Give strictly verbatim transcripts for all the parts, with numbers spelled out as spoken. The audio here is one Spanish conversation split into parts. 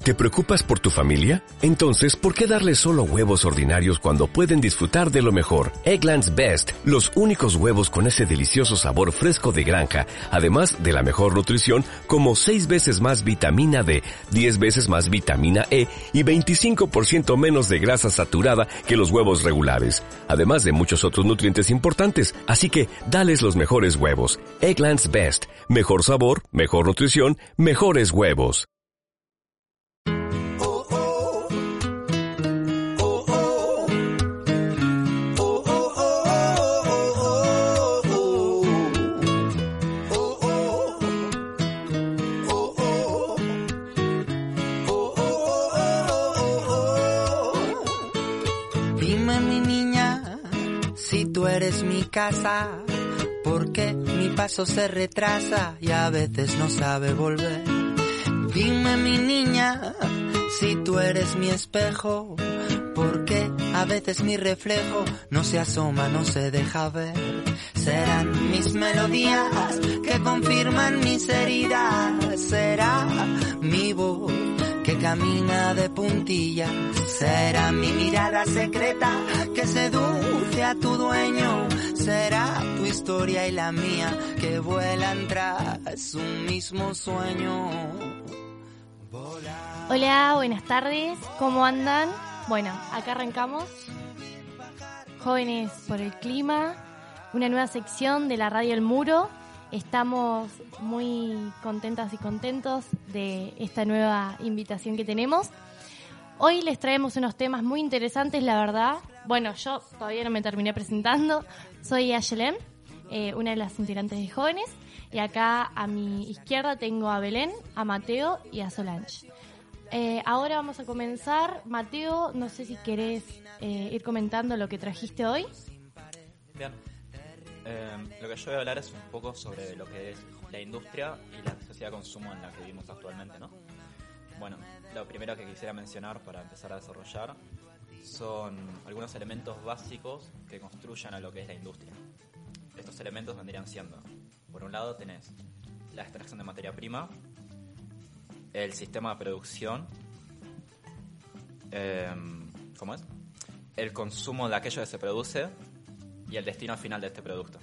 ¿Te preocupas por tu familia? Entonces, ¿por qué darles solo huevos ordinarios cuando pueden disfrutar de lo mejor? Eggland's Best, los únicos huevos con ese delicioso sabor fresco de granja, además de la mejor nutrición, como seis veces más vitamina D, diez veces más vitamina E y veinticinco por ciento menos de grasa saturada que los huevos regulares, además de muchos otros nutrientes importantes. Así que, dales los mejores huevos. Eggland's Best, mejor sabor, mejor nutrición, mejores huevos. Tú eres mi casa, porque mi paso se retrasa y a veces no sabe volver. Dime, mi niña, si tú eres mi espejo, porque a veces mi reflejo no se asoma, no se deja ver. Serán mis melodías que confirman mis heridas, será mi voz que camina de puntillas, será mi mirada secreta que seduce a tu dueño, será tu historia y la mía que vuelan tras un mismo sueño. Volar. Hola, buenas tardes, ¿cómo andan? Bueno, acá arrancamos Jóvenes por el Clima, una nueva sección de la Radio El Muro. Estamos muy contentas y contentos de esta nueva invitación que tenemos. Hoy les traemos unos temas muy interesantes, la verdad. Bueno, yo todavía no me terminé presentando. Soy Ayelen, eh, una de las integrantes de Jóvenes. Y acá a mi izquierda tengo a Belén, a Mateo y a Solange. Eh, ahora vamos a comenzar. Mateo, no sé si querés eh, ir comentando lo que trajiste hoy. Bien. Eh, lo que yo voy a hablar es un poco sobre lo que es la industria y la sociedad de consumo en la que vivimos actualmente, ¿no? Bueno, lo primero que quisiera mencionar para empezar a desarrollar son algunos elementos básicos que construyen a lo que es la industria. Estos elementos vendrían siendo, por un lado tenés la extracción de materia prima, el sistema de producción, eh, ¿cómo es? El consumo de aquello que se produce y el destino final de este producto.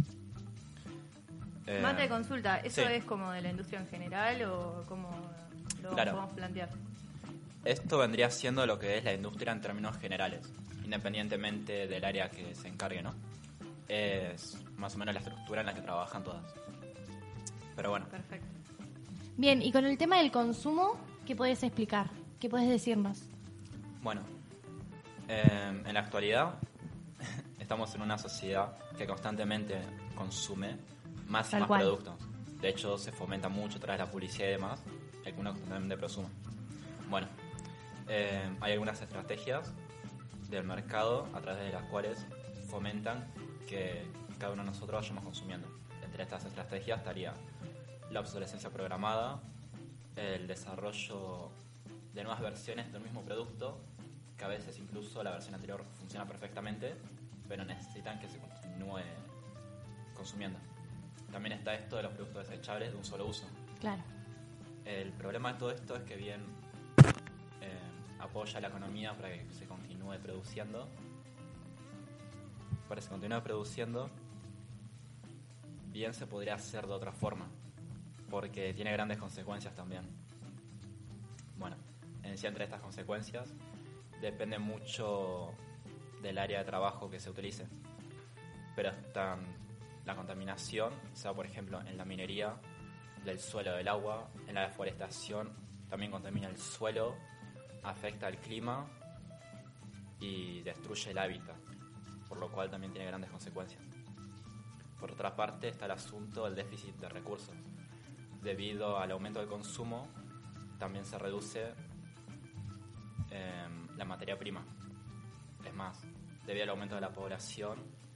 Eh, Mate de consulta, ¿eso sí. es como de la industria en general o cómo lo claro. podemos plantear? Esto vendría siendo lo que es la industria en términos generales, independientemente del área que se encargue, ¿no? Es más o menos la estructura en la que trabajan todas. Pero bueno. Perfecto. Bien, y con el tema del consumo, ¿qué podés explicar? ¿Qué podés decirnos? Bueno, eh, en la actualidad estamos en una sociedad que constantemente consume más y Tal más cual. productos. De hecho, se fomenta mucho a través de la publicidad y demás, el que uno constantemente consume. Bueno, eh, hay algunas estrategias del mercado a través de las cuales fomentan que cada uno de nosotros vayamos consumiendo. Entre estas estrategias estaría la obsolescencia programada, el desarrollo de nuevas versiones del mismo producto, que a veces incluso la versión anterior funciona perfectamente, pero necesitan que se continúe consumiendo. También está esto de los productos desechables de un solo uso. Claro. El problema de todo esto es que bien eh, apoya la economía para que se continúe produciendo, para que se continúe produciendo, bien se podría hacer de otra forma, porque tiene grandes consecuencias también. Bueno, en sí entre estas consecuencias depende mucho del área de trabajo que se utilice, pero están la contaminación, sea por ejemplo en la minería, del suelo, del agua, en la deforestación, también contamina el suelo, afecta al clima y destruye el hábitat, por lo cual también tiene grandes consecuencias. Por otra parte está el asunto del déficit de recursos. Debido al aumento del consumo, también se reduce eh, la materia prima. Es más, debido al aumento de la población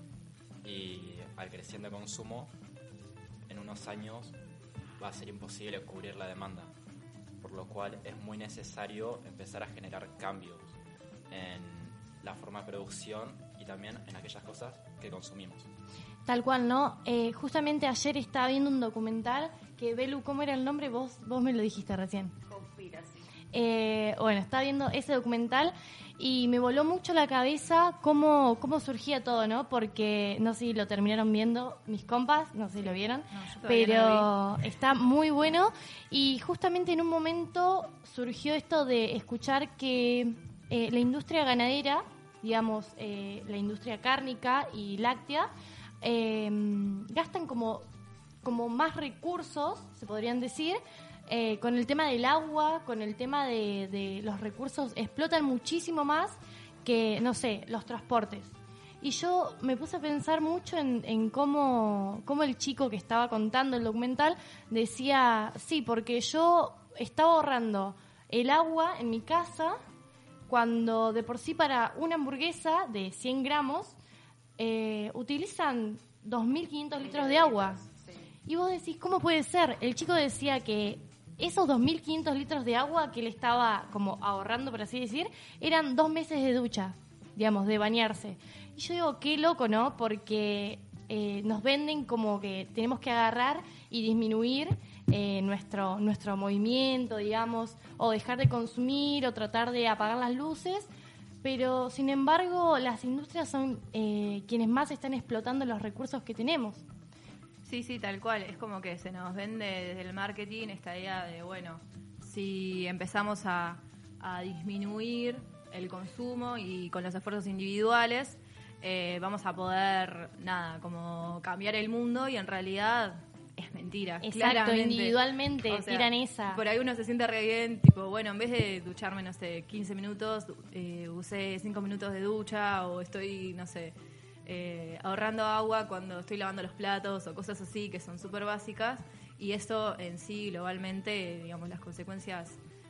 y al creciente consumo, en unos años va a ser imposible cubrir la demanda, por lo cual es muy necesario empezar a generar cambios en la forma de producción y también en aquellas cosas que consumimos. Tal cual, ¿no? Eh, justamente ayer estaba viendo un documental que, Belu, ¿cómo era el nombre? Vos, vos me lo dijiste recién. Conspiracy. Eh, bueno, estaba viendo ese documental y me voló mucho la cabeza cómo, cómo surgía todo, ¿no? Porque, no sé si lo terminaron viendo mis compas, no sé si lo vieron, No, yo todavía pero no lo está muy bueno. Y justamente en un momento surgió esto de escuchar que eh, la industria ganadera, digamos, eh, la industria cárnica y láctea, eh, gastan como, como más recursos, se podrían decir, Eh, con el tema del agua, con el tema de, de los recursos, explotan muchísimo más que, no sé, los transportes. Y yo me puse a pensar mucho en, en cómo, cómo el chico que estaba contando el documental decía, sí, porque yo estaba ahorrando el agua en mi casa cuando de por sí para una hamburguesa de cien gramos eh, utilizan dos mil quinientos litros de agua. Y vos decís, ¿cómo puede ser? El chico decía que esos dos mil quinientos litros de agua que él estaba como ahorrando, por así decir, eran dos meses de ducha, digamos, de bañarse. Y yo digo, qué loco, ¿no? Porque eh, nos venden como que tenemos que agarrar y disminuir eh, nuestro, nuestro movimiento, digamos, o dejar de consumir o tratar de apagar las luces. Pero, sin embargo, las industrias son eh, quienes más están explotando los recursos que tenemos. Sí, sí, tal cual. Es como que se nos vende desde el marketing esta idea de, bueno, si empezamos a, a disminuir el consumo y con los esfuerzos individuales, eh, vamos a poder, nada, como cambiar el mundo, y en realidad es mentira. Exacto, claramente. Individualmente O sea, tiran esa. Por ahí uno se siente re bien, tipo, bueno, en vez de ducharme, no sé, quince minutos, eh, usé cinco minutos de ducha, o estoy, no sé... Eh, ahorrando agua cuando estoy lavando los platos o cosas así que son súper básicas, y eso en sí globalmente, digamos, las consecuencias,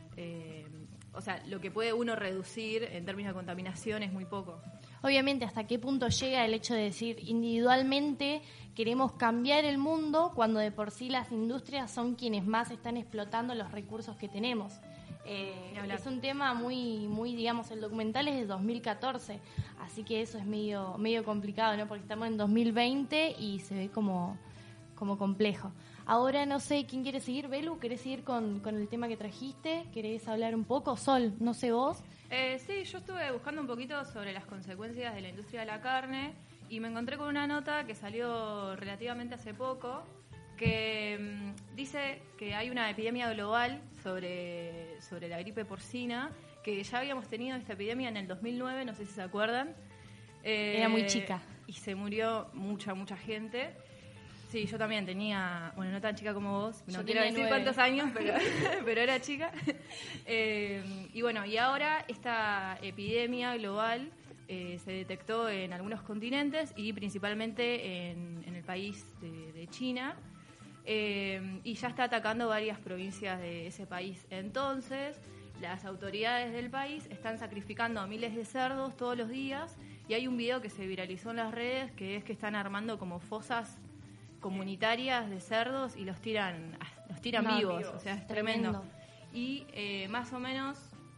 eh, o sea, lo que puede uno reducir en términos de contaminación es muy poco. Obviamente, ¿hasta qué punto llega el hecho de decir individualmente queremos cambiar el mundo cuando de por sí las industrias son quienes más están explotando los recursos que tenemos? Eh, es un tema muy, muy, digamos, el documental es de dos mil catorce, así que eso es medio, medio complicado, ¿no? Porque estamos en dos mil veinte y se ve como, como complejo. Ahora no sé quién quiere seguir. Belu, ¿querés seguir con, con el tema que trajiste? ¿Querés hablar un poco? Sol, no sé vos. Eh, sí, yo estuve buscando un poquito sobre las consecuencias de la industria de la carne y me encontré con una nota que salió relativamente hace poco, que mmm, dice que hay una epidemia global sobre, sobre la gripe porcina, que ya habíamos tenido esta epidemia en el dos mil nueve, no sé si se acuerdan. Eh, Era muy chica. Y se murió mucha, mucha gente. Sí, yo también tenía, bueno, no tan chica como vos, no yo quiero decir nueve. cuántos años, pero, pero era chica. Eh, y bueno, y ahora esta epidemia global eh, se detectó en algunos continentes y principalmente en, en el país de, de China. Eh, y ya está atacando varias provincias de ese país. Entonces, las autoridades del país están sacrificando a miles de cerdos todos los días, y hay un video que se viralizó en las redes que es que están armando como fosas comunitarias de cerdos y los tiran los tiran no, vivos, vivos, o sea, es tremendo. tremendo. Y eh, más o menos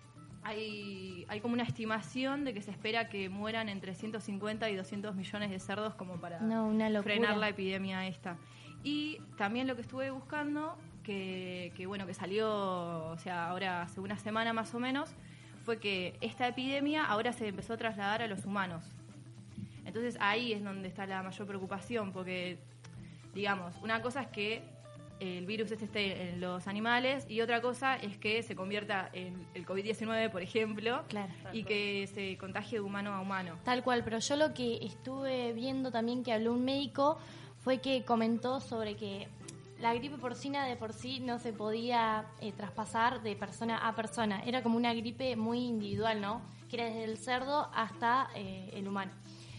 hay, hay como una estimación de que se espera que mueran entre ciento cincuenta y doscientos millones de cerdos como para no, una locura. frenar la epidemia esta. Y también lo que estuve buscando, que, que bueno, que salió, o sea, ahora hace una semana más o menos, fue que esta epidemia ahora se empezó a trasladar a los humanos. Entonces ahí es donde está la mayor preocupación, porque, digamos, una cosa es que el virus este esté en los animales y otra cosa es que se convierta en el covid diecinueve, por ejemplo, claro, y que se contagie de humano a humano. Tal cual, pero yo lo que estuve viendo también que habló un médico fue que comentó sobre que la gripe porcina de por sí no se podía eh, traspasar de persona a persona. Era como una gripe muy individual, ¿no? Que era desde el cerdo hasta eh, el humano.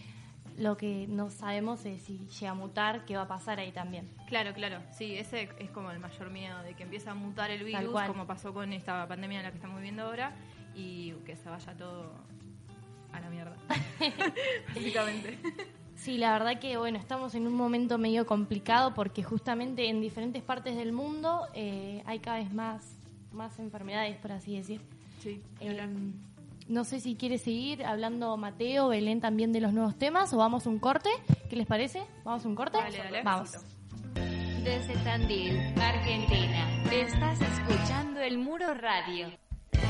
Lo que no sabemos es si llega a mutar, qué va a pasar ahí también. Claro, claro. Sí, ese es como el mayor miedo, de que empiece a mutar el virus, como pasó con esta pandemia en la que estamos viviendo ahora, y que se vaya todo a la mierda. Básicamente. Sí, la verdad que bueno, estamos en un momento medio complicado porque justamente en diferentes partes del mundo eh, hay cada vez más, más enfermedades, por así decir. Sí, eh, no sé si quiere seguir hablando Mateo, Belén también de los nuevos temas, o vamos a un corte. ¿Qué les parece? ¿Vamos a un corte? Dale, dale. Vamos. Desde Tandil, Argentina, te estás escuchando El Muro Radio.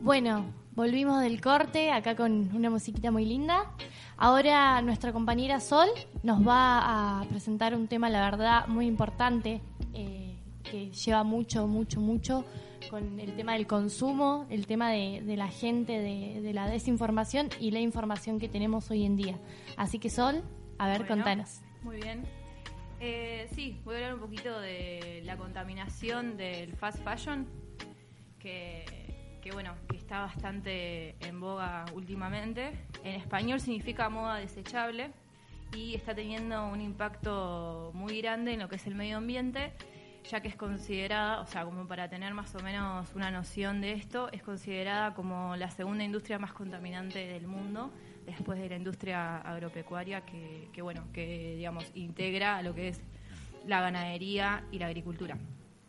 Bueno, volvimos del corte, acá con una musiquita muy linda. Ahora nuestra compañera Sol nos va a presentar un tema, la verdad, muy importante, eh, que lleva mucho, mucho, mucho con el tema del consumo, el tema de, de la gente, de, de la desinformación y la información que tenemos hoy en día. Así que Sol, a ver, Bueno, contanos. Muy bien. Eh, sí, voy a hablar un poquito de la contaminación del fast fashion, que, que bueno, que está bastante en boga últimamente. En español significa moda desechable y está teniendo un impacto muy grande en lo que es el medio ambiente, ya que es considerada, o sea, como para tener más o menos una noción de esto, es considerada como la segunda industria más contaminante del mundo, después de la industria agropecuaria, que, que bueno, que digamos integra a lo que es la ganadería y la agricultura.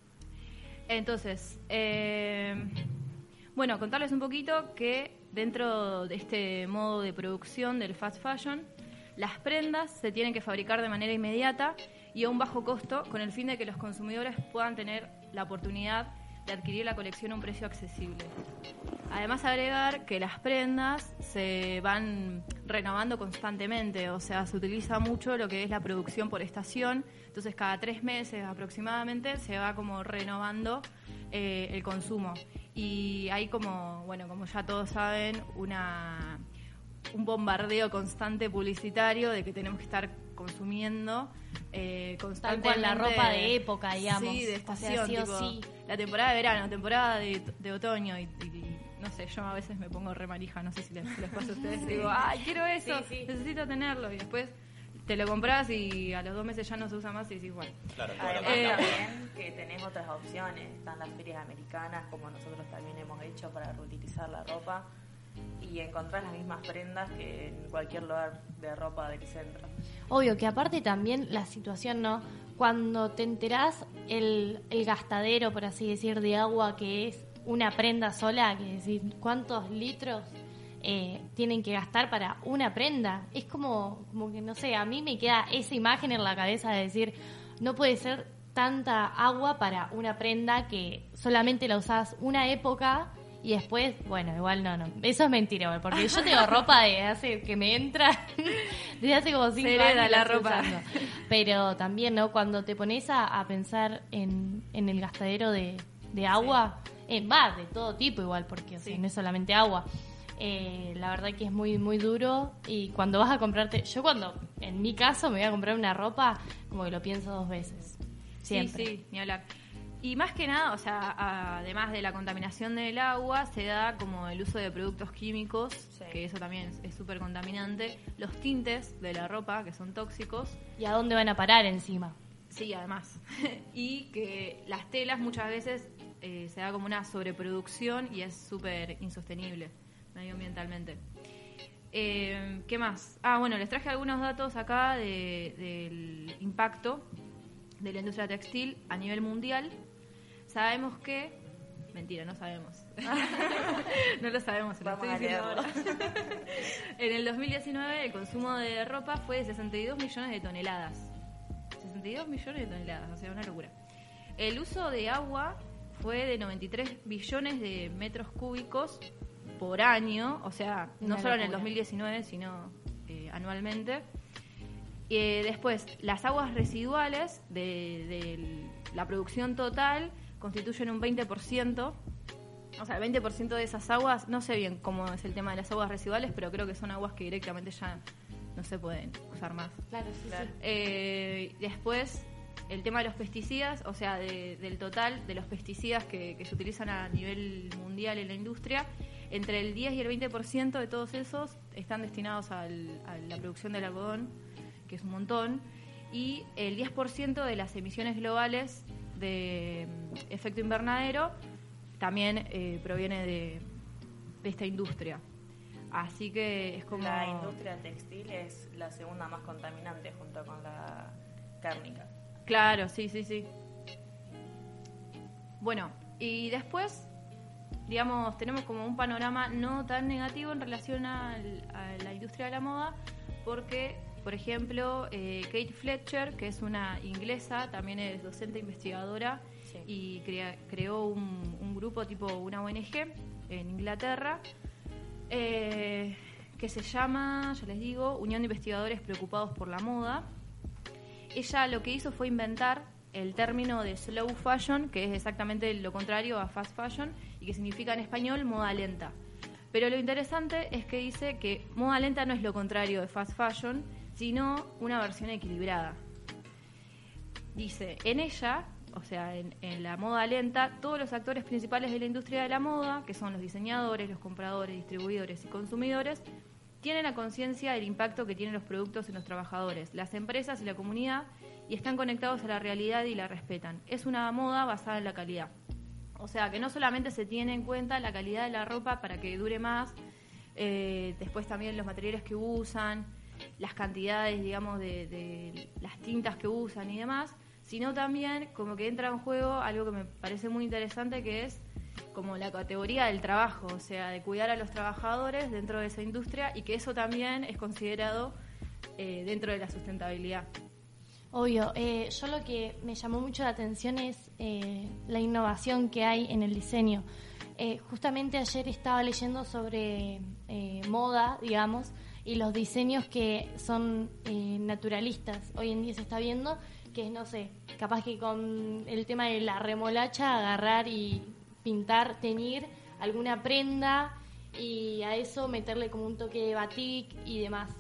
Entonces, eh, bueno, contarles un poquito que dentro de este modo de producción del fast fashion, las prendas se tienen que fabricar de manera inmediata y a un bajo costo, con el fin de que los consumidores puedan tener la oportunidad de adquirir la colección a un precio accesible. Además, agregar que las prendas se van renovando constantemente, o sea, se utiliza mucho lo que es la producción por estación, entonces cada tres meses aproximadamente se va como renovando eh, el consumo. Y hay como, bueno, como ya todos saben, una un bombardeo constante publicitario de que tenemos que estar consumiendo eh, constantemente. Tal cual, la ropa de época, digamos. Sí, de estación, o sea, sí o tipo, sí. la temporada de verano, temporada de, de otoño y, y no sé, yo a veces me pongo re manija, no sé si les, si les pasa a ustedes, Sí. digo, ay, quiero eso, Sí, sí. necesito tenerlo, y después te lo compras y a los dos meses ya no se usa más y decís, bueno. Claro, todo lo Además Eh, también que tenés otras opciones, están las ferias americanas como nosotros también hemos hecho para reutilizar la ropa y encontrar las mismas prendas que en cualquier lugar de ropa del centro. Obvio que aparte también la situación, ¿no? Cuando te enterás el, el gastadero, por así decir, de agua que es una prenda sola, que decir, ¿cuántos litros eh, tienen que gastar para una prenda? Es como, como que, no sé, a mí me queda esa imagen en la cabeza de decir, no puede ser tanta agua para una prenda que solamente la usás una época y después, bueno, igual no, no. Eso es mentira, igual, porque yo tengo ropa de hace que me entra desde hace como cinco Se hereda años la estoy ropa. usando. Pero también, ¿no? Cuando te pones a, a pensar en, en el gastadero de, de agua, en va, de todo tipo igual, porque o sea, Sí. no es solamente agua. Eh, la verdad que es muy muy duro y cuando vas a comprarte, yo cuando en mi caso me voy a comprar una ropa, como que lo pienso dos veces. Siempre. Sí, sí, ni hablar. Y más que nada, o sea, a- además de la contaminación del agua, se da como el uso de productos químicos, Sí. que eso también es súper contaminante, los tintes de la ropa, que son tóxicos, ¿Y a dónde van a parar encima? sí, además, y que las telas muchas veces eh, se da como una sobreproducción y es súper insostenible medioambientalmente. Eh, ¿Qué más? Ah, bueno, les traje algunos datos acá de- del impacto de la industria textil a nivel mundial. Sabemos que... Mentira, no sabemos. No lo sabemos, se lo Vamos estoy a diciendo leerlo. ahora. En el dos mil diecinueve el consumo de ropa fue de sesenta y dos millones de toneladas. sesenta y dos millones de toneladas, o sea, una locura. El uso de agua fue de noventa y tres billones de metros cúbicos por año, o sea, no Una solo en el locura. dos mil diecinueve, sino eh, anualmente. Eh, después, las aguas residuales de, de la producción total constituyen un veinte por ciento. O sea, el veinte por ciento de esas aguas, no sé bien cómo es el tema de las aguas residuales, pero creo que son aguas que directamente ya no se pueden usar más. Claro, sí, Claro. sí. Eh, después, el tema de los pesticidas, o sea, de- del total de los pesticidas que, que se utilizan a nivel mundial en la industria, entre el diez y el veinte por ciento de todos esos están destinados al- a la producción del algodón, que es un montón, y el diez por ciento de las emisiones globales de mm, efecto invernadero también eh, proviene de, de esta industria. Así que es como... La industria textil es la segunda más contaminante junto con la cárnica. Claro, sí, sí, sí. Bueno, y después, digamos, tenemos como un panorama no tan negativo en relación al- a la industria de la moda, porque, por ejemplo, eh, Kate Fletcher, que es una inglesa, también es docente investigadora Sí. y crea- creó un, un grupo tipo una O N G en Inglaterra, eh, que se llama, ya les digo, Unión de Investigadores Preocupados por la Moda. Ella lo que hizo fue inventar el término de slow fashion, que es exactamente lo contrario a fast fashion, y que significa en español moda lenta. Pero lo interesante es que dice que moda lenta no es lo contrario de fast fashion, sino una versión equilibrada. Dice, en ella, o sea, en, en la moda lenta, todos los actores principales de la industria de la moda, que son los diseñadores, los compradores, distribuidores y consumidores, tienen la conciencia del impacto que tienen los productos en los trabajadores, las empresas y la comunidad, y están conectados a la realidad y la respetan. Es una moda basada en la calidad. O sea, que no solamente se tiene en cuenta la calidad de la ropa para que dure más, eh, después también los materiales que usan, las cantidades, digamos, de, de las tintas que usan y demás, sino también como que entra en juego algo que me parece muy interesante, que es como la categoría del trabajo, o sea, de cuidar a los trabajadores dentro de esa industria, y que eso también es considerado eh, dentro de la sustentabilidad. Obvio, eh, yo lo que me llamó mucho la atención es eh, la innovación que hay en el diseño. Eh, justamente ayer estaba leyendo sobre eh, moda, digamos, y los diseños que son eh, naturalistas. Hoy en día se está viendo que es, no sé, capaz que con el tema de la remolacha agarrar y pintar, teñir alguna prenda y a eso meterle como un toque de batik y demás.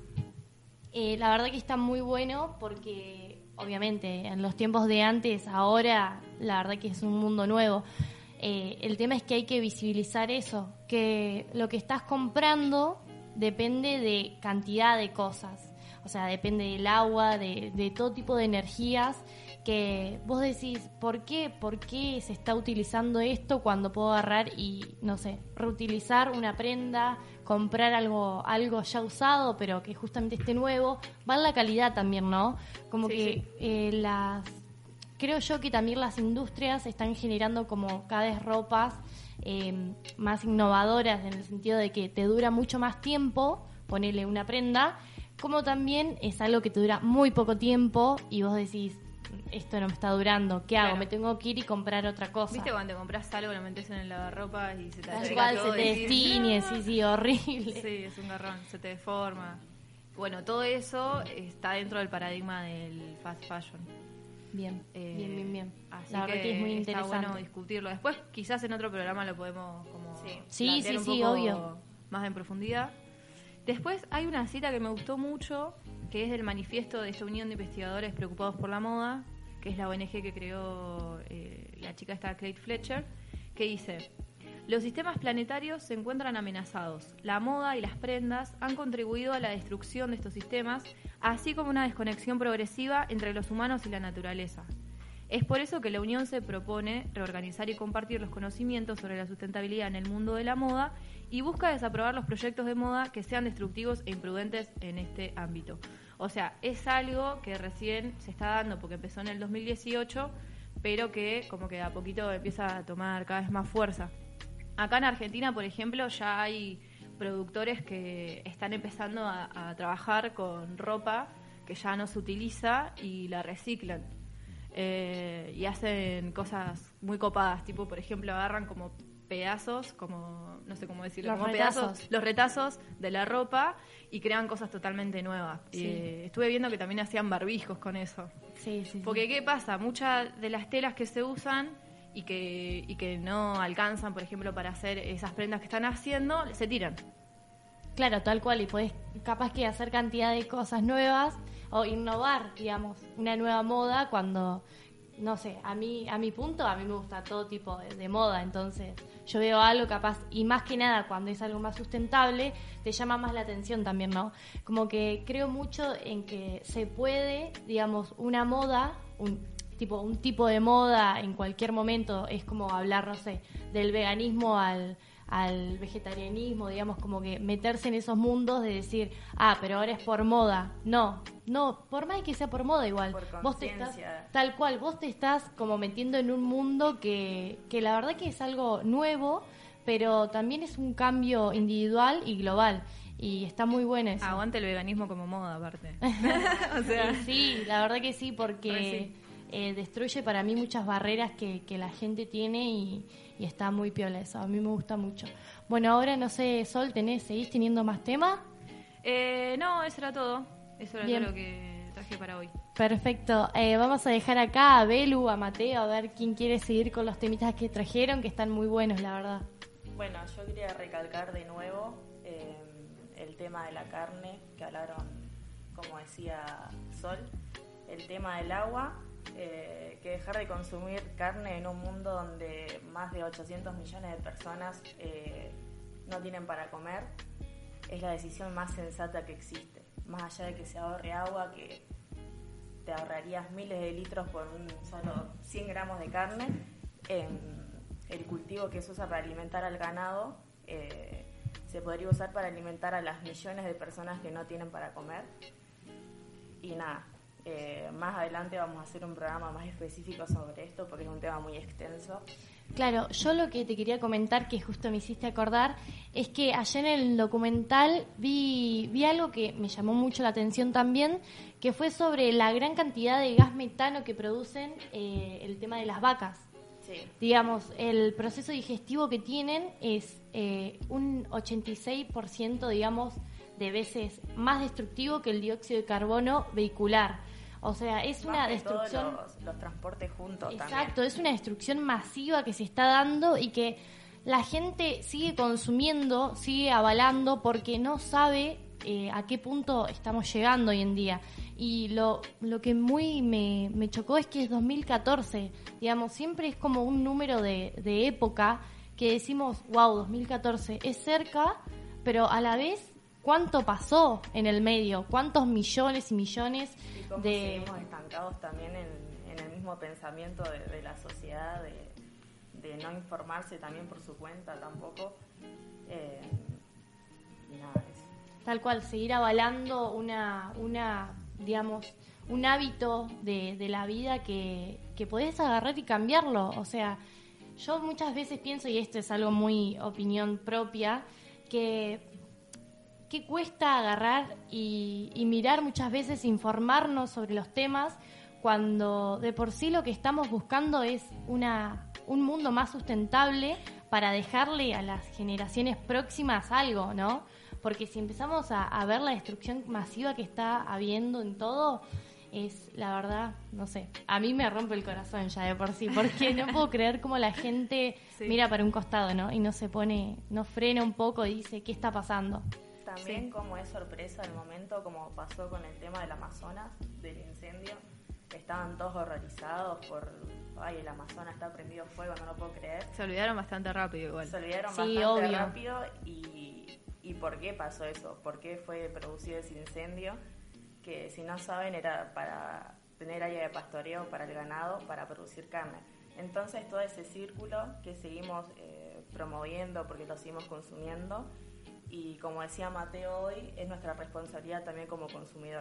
Eh, la verdad que está muy bueno porque obviamente en los tiempos de antes, ahora la verdad que es un mundo nuevo. Eh, el tema es que hay que visibilizar eso, que lo que estás comprando depende de cantidad de cosas, o sea, depende del agua, de, de todo tipo de energías, que vos decís, ¿por qué? ¿Por qué se está utilizando esto cuando puedo agarrar y, no sé, reutilizar una prenda, comprar algo algo ya usado, pero que justamente esté nuevo? Va en la calidad también, ¿no? Como sí, que sí. Eh, las... Creo yo que también las industrias están generando como cada vez ropas eh, más innovadoras, en el sentido de que te dura mucho más tiempo, ponele una prenda, como también es algo que te dura muy poco tiempo y vos decís, esto no me está durando, ¿qué hago? Claro. Me tengo que ir y comprar otra cosa. ¿Viste cuando te compras algo, lo metes en el lavarropa y se te Tal achica cual, todo se y te decís, destiñe, "Ah". sí, sí, horrible. Sí, es un garrón, se te deforma. Bueno, todo eso está dentro del paradigma del fast fashion. Bien, Eh, bien, bien, bien. Así La verdad que, que es muy está interesante. bueno discutirlo. Después, quizás en otro programa lo podemos como Sí. Sí, plantear sí, un sí, poco obvio. más en profundidad. Después hay una cita que me gustó mucho, que es del manifiesto de esta Unión de Investigadores Preocupados por la Moda, que es la O N G que creó eh, la chica esta, Kate Fletcher, que dice: los sistemas planetarios se encuentran amenazados. La moda y las prendas han contribuido a la destrucción de estos sistemas, así como una desconexión progresiva entre los humanos y la naturaleza. Es por eso que la Unión se propone reorganizar y compartir los conocimientos sobre la sustentabilidad en el mundo de la moda y busca desaprobar los proyectos de moda que sean destructivos e imprudentes en este ámbito. O sea, es algo que recién se está dando porque empezó en el dos mil dieciocho, pero que como que de a poquito empieza a tomar cada vez más fuerza. Acá en Argentina, por ejemplo, ya hay productores que están empezando a, a trabajar con ropa que ya no se utiliza y la reciclan. Eh, y hacen cosas muy copadas, tipo, por ejemplo, agarran como pedazos, como, no sé cómo decirlo, Los como retazos. pedazos, los retazos de la ropa y crean cosas totalmente nuevas. Sí. Eh, estuve viendo que también hacían barbijos con eso. Sí, sí, sí. Porque, ¿qué pasa? Muchas de las telas que se usan y que, y que no alcanzan, por ejemplo, para hacer esas prendas que están haciendo, se tiran. Claro, tal cual, y podés capaz que hacer cantidad de cosas nuevas o innovar, digamos, una nueva moda cuando, no sé, a mí, a mi punto, a mí me gusta todo tipo de, de moda, entonces yo veo algo capaz, y más que nada cuando es algo más sustentable, te llama más la atención también, ¿no? Como que creo mucho en que se puede, digamos, una moda, un tipo, un tipo de moda en cualquier momento, es como hablar, no sé, del veganismo al al vegetarianismo, digamos, como que meterse en esos mundos de decir, ah, pero ahora es por moda. No, no, por más que sea por moda igual. Por Vos te estás, conciencia. tal cual, vos te estás como metiendo en un mundo que, que la verdad que es algo nuevo, pero también es un cambio individual y global. Y está muy bueno eso. Aguante el veganismo como moda, aparte. O sea, Y sí, la verdad que sí, Re porque sí. eh, destruye para mí muchas barreras que, que la gente tiene y, y está muy piola eso, a mí me gusta mucho. Bueno, ahora no sé, Sol, ¿tenés, seguís teniendo más temas? Eh, no, eso era todo. Eso era Bien. todo lo que traje para hoy. Perfecto. Eh, vamos a dejar acá a Belu, a Mateo, a ver quién quiere seguir con los temitas que trajeron, que están muy buenos, la verdad. Bueno, yo quería recalcar de nuevo eh, el tema de la carne, que hablaron, como decía Sol, el tema del agua, eh, que dejar de consumir carne en un mundo donde más de ochocientos millones de personas eh, no tienen para comer, es la decisión más sensata que existe. Más allá de que se ahorre agua, que te ahorrarías miles de litros por un solo cien gramos de carne, eh, el cultivo que se usa para alimentar al ganado eh, se podría usar para alimentar a las millones de personas que no tienen para comer. Y nada, eh, más adelante vamos a hacer un programa más específico sobre esto porque es un tema muy extenso. Claro, yo lo que te quería comentar, que justo me hiciste acordar, es que allá en el documental vi, vi algo que me llamó mucho la atención también, que fue sobre la gran cantidad de gas metano que producen eh, el tema de las vacas. Sí. Digamos, el proceso digestivo que tienen es eh, un ochenta y seis por ciento, digamos, de veces más destructivo que el dióxido de carbono vehicular. O sea, es Más una que destrucción... todos los, los transportes juntos. Exacto, también. es una destrucción masiva que se está dando y que la gente sigue consumiendo, sigue avalando porque no sabe eh, a qué punto estamos llegando hoy en día. Y lo, lo que muy me, me chocó es que es dos mil catorce, digamos, siempre es como un número de, de época que decimos, wow, dos mil catorce es cerca, pero a la vez, ¿cuánto pasó en el medio? ¿Cuántos millones y millones Y cómo de... seguimos estancados también en, en el mismo pensamiento de, de la sociedad, de, de no informarse también por su cuenta tampoco. Eh, y nada, eso. Tal cual, seguir avalando una, una digamos, un hábito de, de la vida que, que podés agarrar y cambiarlo. O sea, yo muchas veces pienso, y esto es algo muy opinión propia, que, que cuesta agarrar y, y mirar muchas veces, informarnos sobre los temas, cuando de por sí lo que estamos buscando es una, un mundo más sustentable para dejarle a las generaciones próximas algo, ¿no? Porque si empezamos a, a ver la destrucción masiva que está habiendo en todo, es, la verdad, no sé, a mí me rompe el corazón ya de por sí, porque no puedo creer cómo la gente Sí. mira para un costado, ¿no? Y no se pone, no frena un poco y dice, ¿qué está pasando? También Sí. como es sorpresa el momento, como pasó con el tema del Amazonas, del incendio, estaban todos horrorizados por, ay, el Amazonas está prendido fuego, no lo puedo creer. Se olvidaron bastante rápido igual. Se olvidaron Sí, bastante obvio. rápido y, y ¿por qué pasó eso? ¿Por qué fue producido ese incendio? Que si no saben era para tener área de pastoreo para el ganado, para producir carne. Entonces todo ese círculo que seguimos eh, promoviendo porque lo seguimos consumiendo y como decía Mateo hoy, es nuestra responsabilidad también como consumidor.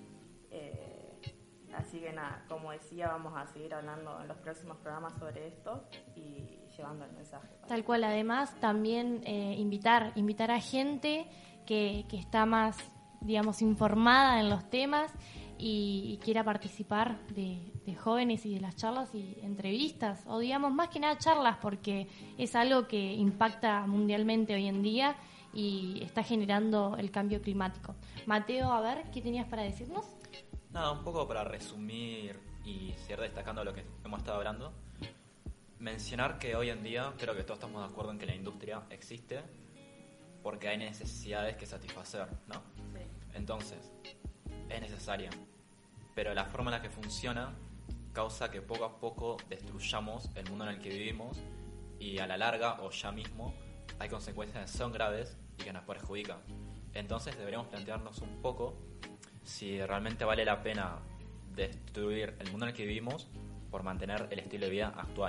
Eh, así que nada, como decía, vamos a seguir hablando en los próximos programas sobre esto y llevando el mensaje. Tal cual, además también eh, invitar, invitar a gente que, que está más, digamos, informada en los temas y, y quiera participar de, de jóvenes y de las charlas y entrevistas, o digamos, más que nada charlas, porque es algo que impacta mundialmente hoy en día y está generando el cambio climático. Mateo, a ver, ¿qué tenías para decirnos? Nada, un poco para resumir y seguir destacando lo que hemos estado hablando. Mencionar que hoy en día creo que todos estamos de acuerdo en que la industria existe porque hay necesidades que satisfacer, ¿no? Sí. Entonces, es necesaria, pero la forma en la que funciona causa que poco a poco destruyamos el mundo en el que vivimos y a la larga o ya mismo hay consecuencias que son graves y que nos perjudican. Entonces deberíamos plantearnos un poco si realmente vale la pena destruir el mundo en el que vivimos por mantener el estilo de vida actual.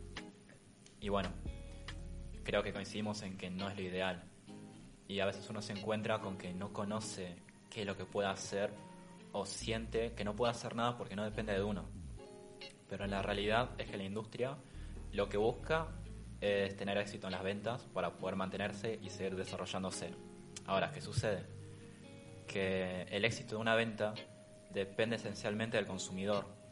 Y bueno, creo que coincidimos en que no es lo ideal. Y a veces uno se encuentra con que no conoce qué es lo que puede hacer o siente que no puede hacer nada porque no depende de uno. Pero la realidad es que la industria lo que busca es tener éxito en las ventas para poder mantenerse y seguir desarrollándose. Ahora, ¿qué sucede? Que el éxito de una venta depende esencialmente del consumidor.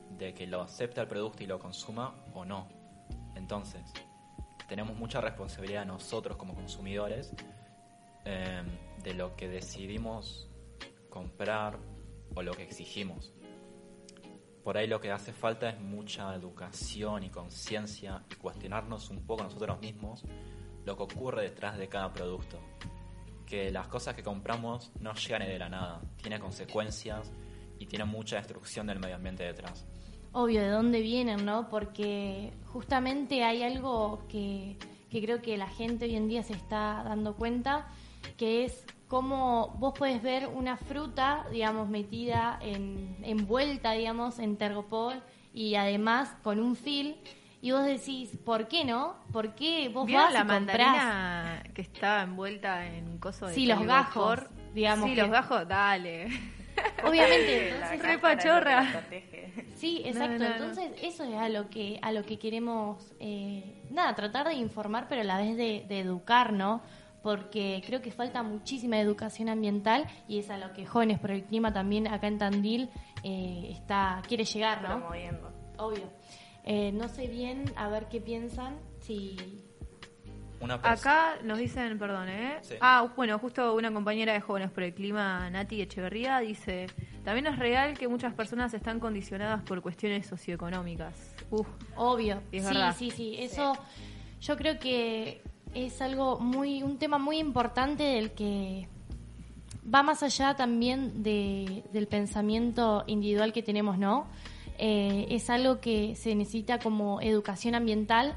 de que lo acepte el producto y lo consuma o no. Entonces, tenemos mucha responsabilidad nosotros como consumidores eh, de lo que decidimos comprar o lo que exigimos. Por ahí lo que hace falta es mucha educación y conciencia y cuestionarnos un poco nosotros mismos lo que ocurre detrás de cada producto. Que las cosas que compramos no llegan de la nada, tiene consecuencias y tiene mucha destrucción del medio ambiente detrás. Obvio, de dónde vienen, ¿no? Porque justamente hay algo que, que creo que la gente hoy en día se está dando cuenta, que es cómo vos podés ver una fruta, digamos, metida en envuelta, digamos, en tergopol y además con un fil, y vos decís, ¿por qué no? ¿Por qué vos ¿Vieron vas la y comprás? mandarina que estaba envuelta en un coso de Sí, los telgopor? gajos, digamos. Sí, que- los gajos, dale. Obviamente, La entonces, re cáscara es lo que pachorra. lo protege. sí, exacto. No, no, no. Entonces, eso es a lo que a lo que queremos, eh, nada, tratar de informar, pero a la vez de, de educar, ¿no? Porque creo que falta muchísima educación ambiental y es a lo que Jóvenes por el Clima también acá en Tandil eh, está quiere llegar, ¿no? Promoviendo. Obvio. Eh, no sé bien, a ver qué piensan, si... Una pers- Acá nos dicen, perdón, ¿eh? Sí. Ah, bueno, justo una compañera de Jóvenes por el Clima, Nati Echeverría, dice: también es real que muchas personas están condicionadas por cuestiones socioeconómicas. Uf, Obvio, Es sí, verdad. sí, sí, eso yo creo que es algo muy, un tema muy importante del que va más allá también de, del pensamiento individual que tenemos, ¿no? Eh, es algo que se necesita como educación ambiental,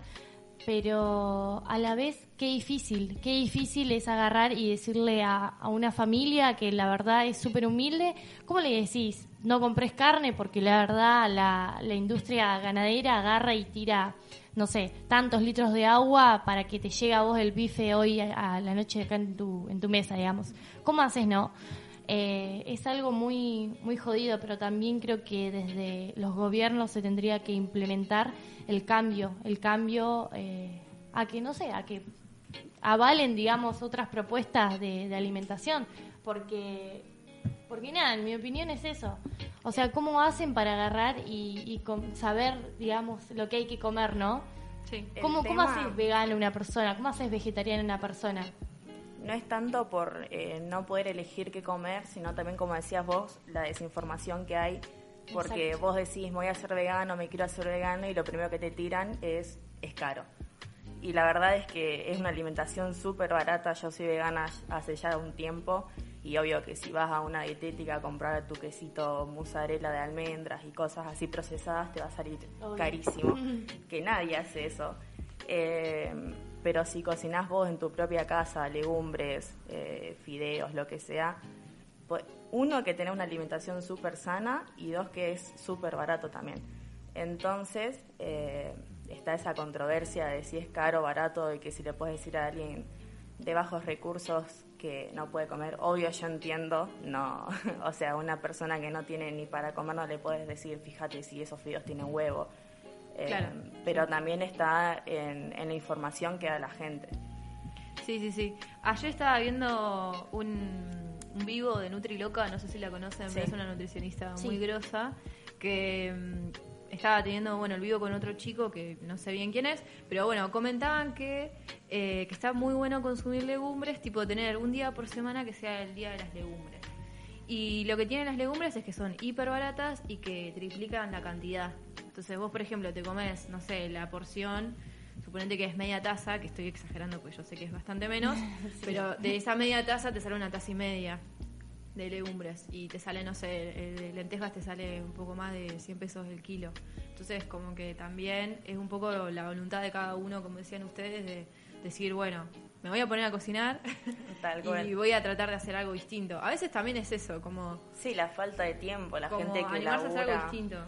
pero a la vez qué difícil, qué difícil es agarrar y decirle a, a una familia que la verdad es súper humilde, ¿cómo le decís? No compres carne porque la verdad la, la industria ganadera agarra y tira, no sé, tantos litros de agua para que te llegue a vos el bife hoy a, a la noche acá en tu, en tu mesa, digamos. ¿Cómo haces, no? Eh, es algo muy, muy jodido, pero también creo que desde los gobiernos se tendría que implementar el cambio, el cambio eh, a que, no sé, a que avalen, digamos, otras propuestas de, de alimentación, porque, porque nada, en mi opinión es eso. O sea, ¿cómo hacen para agarrar y, y com- saber, digamos, lo que hay que comer, no? sí. El ¿Cómo, ¿Cómo tema- haces vegano una persona? ¿Cómo haces vegetariana una persona? No es tanto por eh, no poder elegir qué comer, sino también, como decías vos, la desinformación que hay. Porque Exacto. vos decís, me voy a hacer vegano, me quiero hacer vegano, y lo primero que te tiran es, es caro. Y la verdad es que es una alimentación súper barata. Yo soy vegana hace ya un tiempo, y obvio que si vas a una dietética a comprar tu quesito mozzarella de almendras y cosas así procesadas, te va a salir Obvio. carísimo. Que nadie hace eso. Eh, pero si cocinás vos en tu propia casa, legumbres, eh, fideos, lo que sea, pues, uno, que tenés una alimentación súper sana, y dos, que es súper barato también. Entonces, eh, está esa controversia de si es caro o barato, y que si le puedes decir a alguien de bajos recursos que no puede comer. Obvio, yo entiendo, no, o sea, una persona que no tiene ni para comer no le puedes decir, fíjate si esos fideos tienen huevo. Eh, Claro. Pero también está en, en la información que da la gente. Sí, sí, sí. Ayer estaba viendo un, un vivo de Nutriloca, no sé si la conocen, Sí. pero es una nutricionista Sí. muy grosa, que mm, estaba teniendo, bueno, el vivo con otro chico que no sé bien quién es, pero bueno, comentaban que, eh, que está muy bueno consumir legumbres, tipo tener un día por semana que sea el día de las legumbres. Y lo que tienen las legumbres es que son hiper baratas y que triplican la cantidad. Entonces vos, por ejemplo, te comes, no sé, la porción, suponete que es media taza, que estoy exagerando porque yo sé que es bastante menos, pero de esa media taza te sale una taza y media de legumbres y te sale, no sé, el de lentejas te sale un poco más de cien pesos el kilo. Entonces como que también es un poco la voluntad de cada uno, como decían ustedes, de decir, bueno, me voy a poner a cocinar Tal y cual. voy a tratar de hacer algo distinto. A veces también es eso, como, Sí, la falta de tiempo, la como gente que animarse a hacer labura. algo distinto.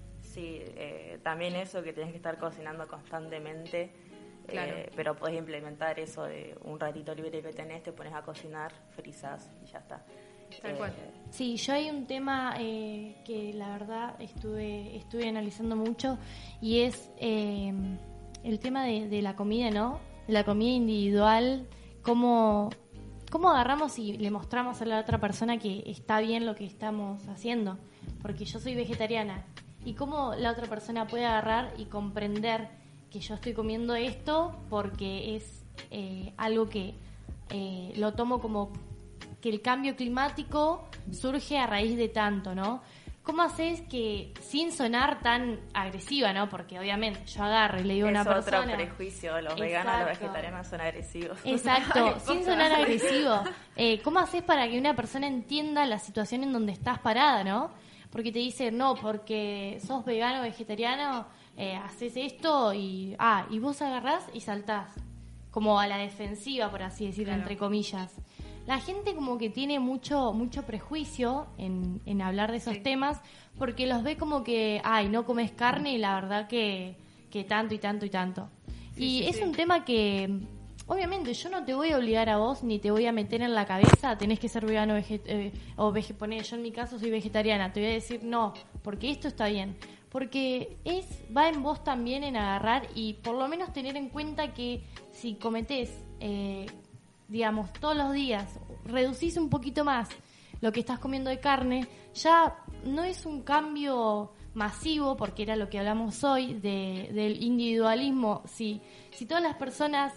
Sí, eh, también eso, que tenés que estar cocinando constantemente. Claro. Eh, pero podés implementar eso de un ratito libre que tenés, te pones a cocinar, frizás y ya está. Tal Eh, cual. Sí, yo hay un tema eh, que la verdad estuve estuve analizando mucho y es eh, el tema de, de la comida, ¿no? De la comida individual, cómo, cómo agarramos y le mostramos a la otra persona que está bien lo que estamos haciendo. Porque yo soy vegetariana y cómo la otra persona puede agarrar y comprender que yo estoy comiendo esto porque es eh, algo que eh, lo tomo como que el cambio climático surge a raíz de tanto, ¿no? ¿Cómo haces que, sin sonar tan agresiva, ¿no? Porque obviamente yo agarro y le digo a una persona... Es otro prejuicio, los Exacto. veganos y los vegetarianos son agresivos. Exacto, sin sonar agresivo. Eh, ¿Cómo haces para que una persona entienda la situación en donde estás parada, ¿no? Porque te dice, no, porque sos vegano o vegetariano, eh, haces esto y... Ah, y vos agarrás y saltás. Como a la defensiva, por así decirlo, Claro. entre comillas. La gente como que tiene mucho mucho prejuicio en, en hablar de esos Sí. temas porque los ve como que, ay, no comes carne y la verdad que, que tanto y tanto y tanto. Sí, y sí, es sí. un tema que, obviamente, yo no te voy a obligar a vos ni te voy a meter en la cabeza, tenés que ser vegano veget eh, o vege poné, yo en mi caso soy vegetariana, te voy a decir no, porque esto está bien. Porque es va en vos también en agarrar y por lo menos tener en cuenta que si cometés... Eh, digamos, todos los días, reducís un poquito más lo que estás comiendo de carne, ya no es un cambio masivo, porque era lo que hablamos hoy, de, del individualismo. Si, si todas las personas,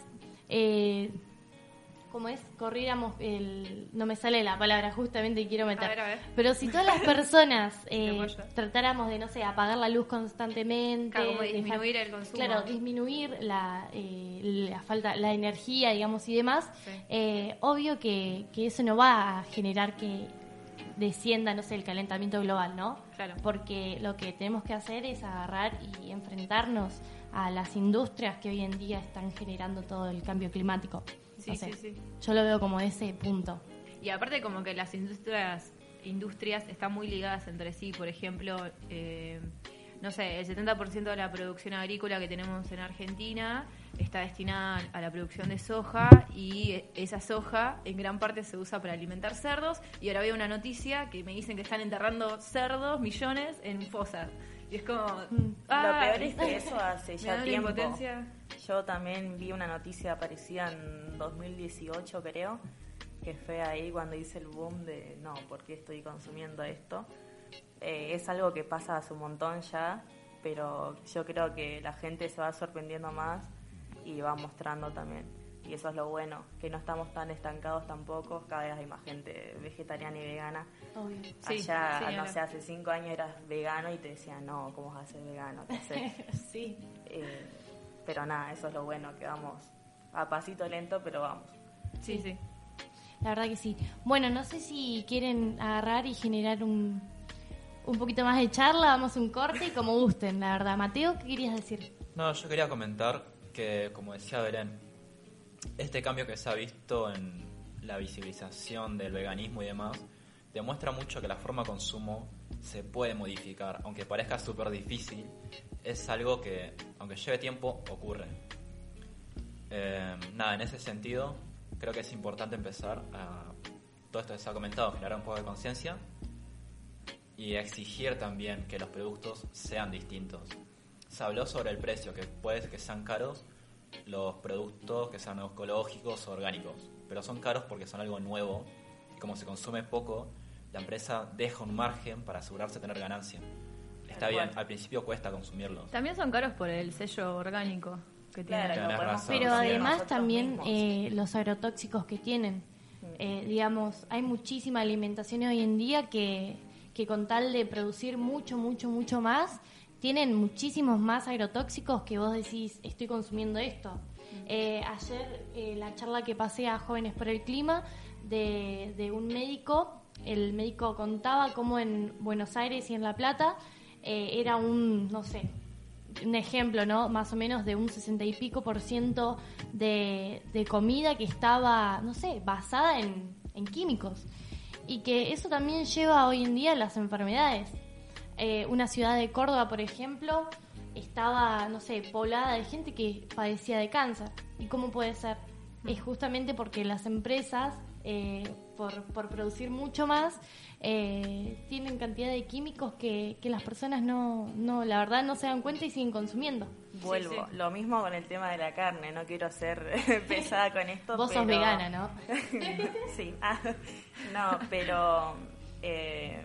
eh, como es, corriéramos, el, no me sale la palabra justamente y quiero meter, A ver, a ver. pero si todas las personas Me eh, apoyo. tratáramos de, no sé, apagar la luz constantemente, Claro, como dejar- disminuir el consumo. Claro, disminuir la, eh, la falta, la energía, digamos, y demás, Sí. eh, obvio que, que eso no va a generar que descienda, no sé, el calentamiento global, ¿no? Claro. Porque lo que tenemos que hacer es agarrar y enfrentarnos a las industrias que hoy en día están generando todo el cambio climático. Sí, No sé, sí, sí. yo lo veo como ese punto. Y aparte como que las industrias industrias están muy ligadas entre sí. Por ejemplo, eh, no sé, el setenta por ciento de la producción agrícola que tenemos en Argentina está destinada a la producción de soja y esa soja en gran parte se usa para alimentar cerdos. Y ahora veo una noticia que me dicen que están enterrando cerdos, millones, en fosas. Y es como... Mm. ah, Lo peor es que eso hace me da ya una tiempo. impotencia. Yo también vi una noticia parecida en dos mil dieciocho, creo, que fue ahí cuando hice el boom de no, ¿por qué estoy consumiendo esto? Eh, es algo que pasa hace un montón ya, pero yo creo que la gente se va sorprendiendo más y va mostrando también. Y eso es lo bueno, que no estamos tan estancados tampoco, cada vez hay más gente vegetariana y vegana. Obvio. Sí, Allá, sí, no ahora. sé, hace cinco años eras vegano y te decían, no, ¿cómo vas a ser vegano? ¿Qué haces? Sí. Eh, pero nada, eso es lo bueno, que vamos a pasito lento, pero vamos. Sí, sí. La verdad que sí. Bueno, no sé si quieren agarrar y generar un, un poquito más de charla, vamos a un corte y como gusten, la verdad. Mateo, ¿qué querías decir? No, yo quería comentar que, como decía Belén, este cambio que se ha visto en la visibilización del veganismo y demás, demuestra mucho que la forma de consumo se puede modificar, aunque parezca súper difícil, es algo que, aunque lleve tiempo, ocurre. Eh, nada, en ese sentido, creo que es importante empezar a, todo esto que se ha comentado, generar un poco de conciencia y exigir también que los productos sean distintos. Se habló sobre el precio, que puede que sean caros los productos que sean ecológicos o orgánicos, pero son caros porque son algo nuevo y como se consume poco, la empresa deja un margen para asegurarse de tener ganancia. Está Tal bien, cual. al principio cuesta consumirlos. También son caros por el sello orgánico que tienen. Claro, Tenés no podemos razón. Pero producir además nosotros también mismos. eh, los agrotóxicos que tienen. Eh, digamos, hay muchísima alimentación hoy en día que, que con tal de producir mucho, mucho, mucho más, tienen muchísimos más agrotóxicos que vos decís, estoy consumiendo esto. Eh, ayer eh, la charla que pasé a Jóvenes por el Clima de, de un médico, el médico contaba cómo en Buenos Aires y en La Plata eh, era un, no sé, un ejemplo, ¿no? Más o menos de un sesenta y pico por ciento de, de comida que estaba, no sé, basada en, en químicos. Y que eso también lleva hoy en día a las enfermedades. Eh, una ciudad de Córdoba, por ejemplo, estaba, no sé, poblada de gente que padecía de cáncer. ¿Y cómo puede ser? Es justamente porque las empresas, eh, por, por producir mucho más, eh, tienen cantidad de químicos que, que las personas no, no, la verdad, no se dan cuenta y siguen consumiendo. Vuelvo, Sí, sí. lo mismo con el tema de la carne, no quiero ser pesada con esto. Vos pero... sos vegana, ¿no? Sí, ah, no, pero eh,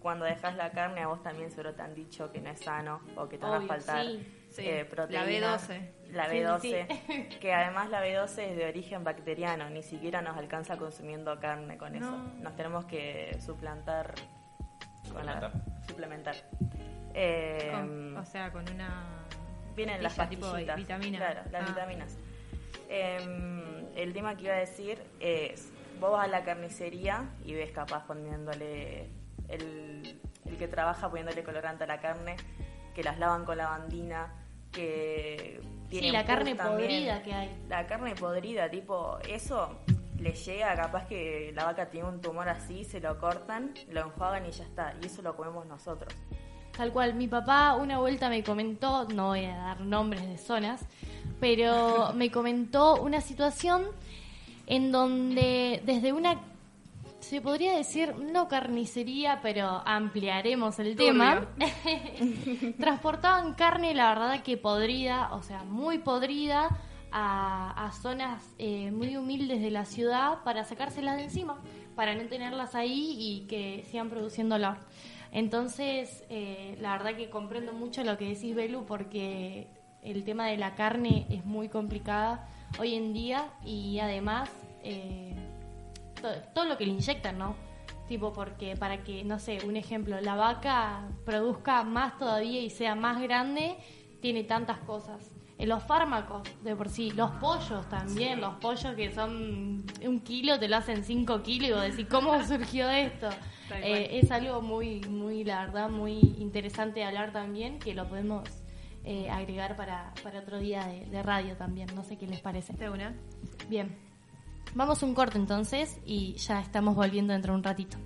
cuando dejas la carne a vos también seguro te han dicho que no es sano o que te van Obvio, a faltar sí. Sí, eh, proteínas. la B doce. La Sí, B doce, sí. que además la B doce es de origen bacteriano, ni siquiera nos alcanza consumiendo carne con eso. No. Nos tenemos que suplantar con la- Suplementar. suplementar. Eh, Con- o sea, con una... Vienen las pastilla, tipo pastillitas. vitamina. Claro, las Ah. vitaminas. Eh, el tema que iba a decir es, vos vas a la carnicería y ves capaz poniéndole, el, el que trabaja poniéndole colorante a la carne, que las lavan con lavandina, que tienen Sí, la pus carne también. podrida que hay. La carne podrida, tipo, eso le llega, capaz que la vaca tiene un tumor así, se lo cortan, lo enjuagan y ya está, y eso lo comemos nosotros. Tal cual, mi papá una vuelta me comentó, no voy a dar nombres de zonas, pero me comentó una situación en donde desde una, se podría decir, no carnicería, pero ampliaremos el tema, transportaban carne, la verdad que podrida, o sea, muy podrida, a, a zonas eh, muy humildes de la ciudad para sacárselas de encima, para no tenerlas ahí y que sigan produciendo olor. Entonces, eh, la verdad que comprendo mucho lo que decís, Belu, porque el tema de la carne es muy complicada hoy en día y además eh, to- todo lo que le inyectan, ¿no? Tipo, porque para que, no sé, un ejemplo, la vaca produzca más todavía y sea más grande, tiene tantas cosas. En los fármacos, de por sí, los pollos también, los pollos que son un kilo, te lo hacen cinco kilos y vos decís, ¿cómo surgió esto? Tal cual. Eh, es algo muy, muy, la verdad, muy interesante de hablar también, que lo podemos eh, agregar para, para otro día de, de radio también, no sé qué les parece. ¿De una? Bien, vamos a un corte entonces y ya estamos volviendo dentro de un ratito.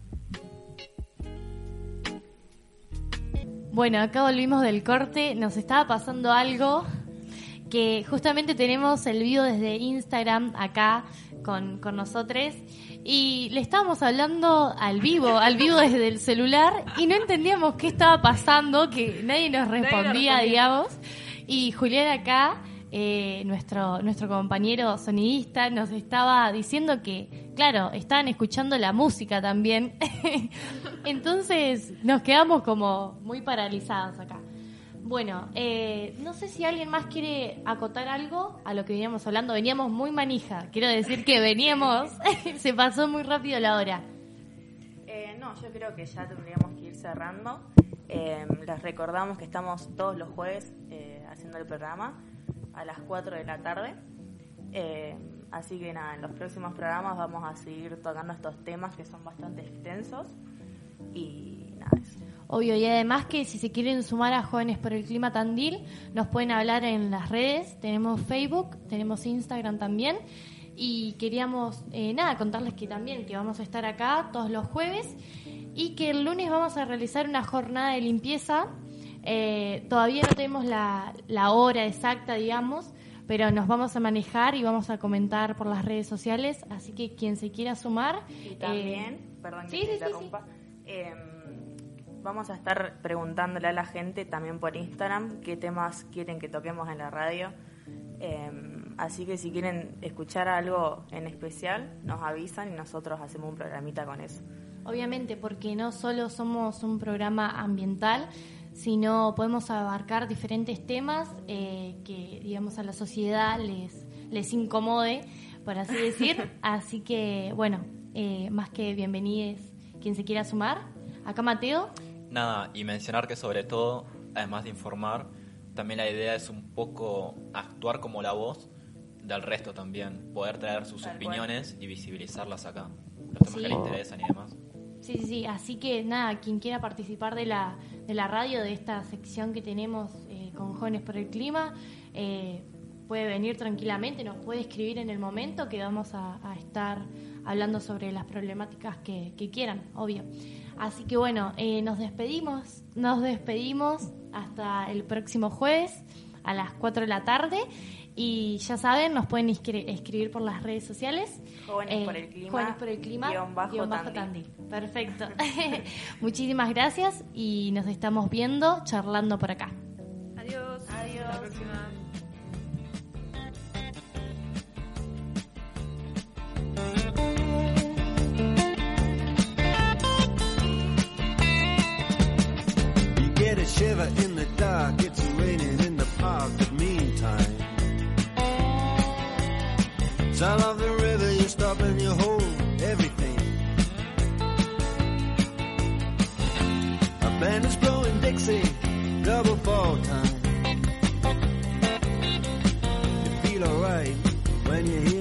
Bueno, acá volvimos del corte, nos estaba pasando algo que justamente tenemos el vivo desde Instagram acá con, con nosotros y le estábamos hablando al vivo, al vivo desde el celular y no entendíamos qué estaba pasando, que nadie nos Nadie nos respondía, respondía. digamos, y Julián acá, eh, nuestro, nuestro compañero sonidista, nos estaba diciendo que, claro, estaban escuchando la música también, entonces nos quedamos como muy paralizados acá. Bueno, eh, no sé si alguien más quiere acotar algo a lo que veníamos hablando. Veníamos muy manija. Quiero decir que veníamos, se pasó muy rápido la hora. Eh, no, yo creo que ya tendríamos que ir cerrando. Eh, les recordamos que estamos todos los jueves eh, haciendo el programa a las cuatro de la tarde. Eh, así que nada, en los próximos programas vamos a seguir tocando estos temas que son bastante extensos. Y nada, eso. Obvio, y además que si se quieren sumar a Jóvenes por el Clima Tandil, nos pueden hablar en las redes. Tenemos Facebook, tenemos Instagram también. Y queríamos, eh, nada, contarles que también que vamos a estar acá todos los jueves y que el lunes vamos a realizar una jornada de limpieza. Eh, todavía no tenemos la, la hora exacta, digamos, pero nos vamos a manejar y vamos a comentar por las redes sociales. Así que quien se quiera sumar... Y también, eh, perdón que sí, te sí, sí, interrumpa, eh, vamos a estar preguntándole a la gente también por Instagram qué temas quieren que toquemos en la radio. Eh, así que si quieren escuchar algo en especial, nos avisan y nosotros hacemos un programita con eso. Obviamente, porque no solo somos un programa ambiental, sino podemos abarcar diferentes temas eh, que, digamos, a la sociedad les, les incomode, por así decir. Así que, bueno, eh, más que bienvenidos quien se quiera sumar. Acá Mateo. Nada, y mencionar que sobre todo, además de informar, también la idea es un poco actuar como la voz del resto también, poder traer sus Tal opiniones y visibilizarlas acá, los temas Sí. que le interesan y demás. Sí, sí, sí. Así que nada, quien quiera participar de la, de la radio, de esta sección que tenemos eh, con Jóvenes por el Clima, eh, puede venir tranquilamente, nos puede escribir en el momento que vamos a, a estar hablando sobre las problemáticas que, que quieran, obvio. Así que bueno, eh, nos despedimos, nos despedimos hasta el próximo jueves a las cuatro de la tarde. Y ya saben, nos pueden inscri- escribir por las redes sociales. Jóvenes Eh, por el Clima, Jóvenes por el Clima, guión bajo guión bajo Tandil. Tandil. Perfecto. Muchísimas gracias y nos estamos viendo, charlando por acá. Adiós. Adiós. Hasta la próxima. you shiver in the dark. It's raining in the park, but meantime, sound of the river, you stop and you hold everything. A band is blowing Dixie, double fall time. You feel alright when you hear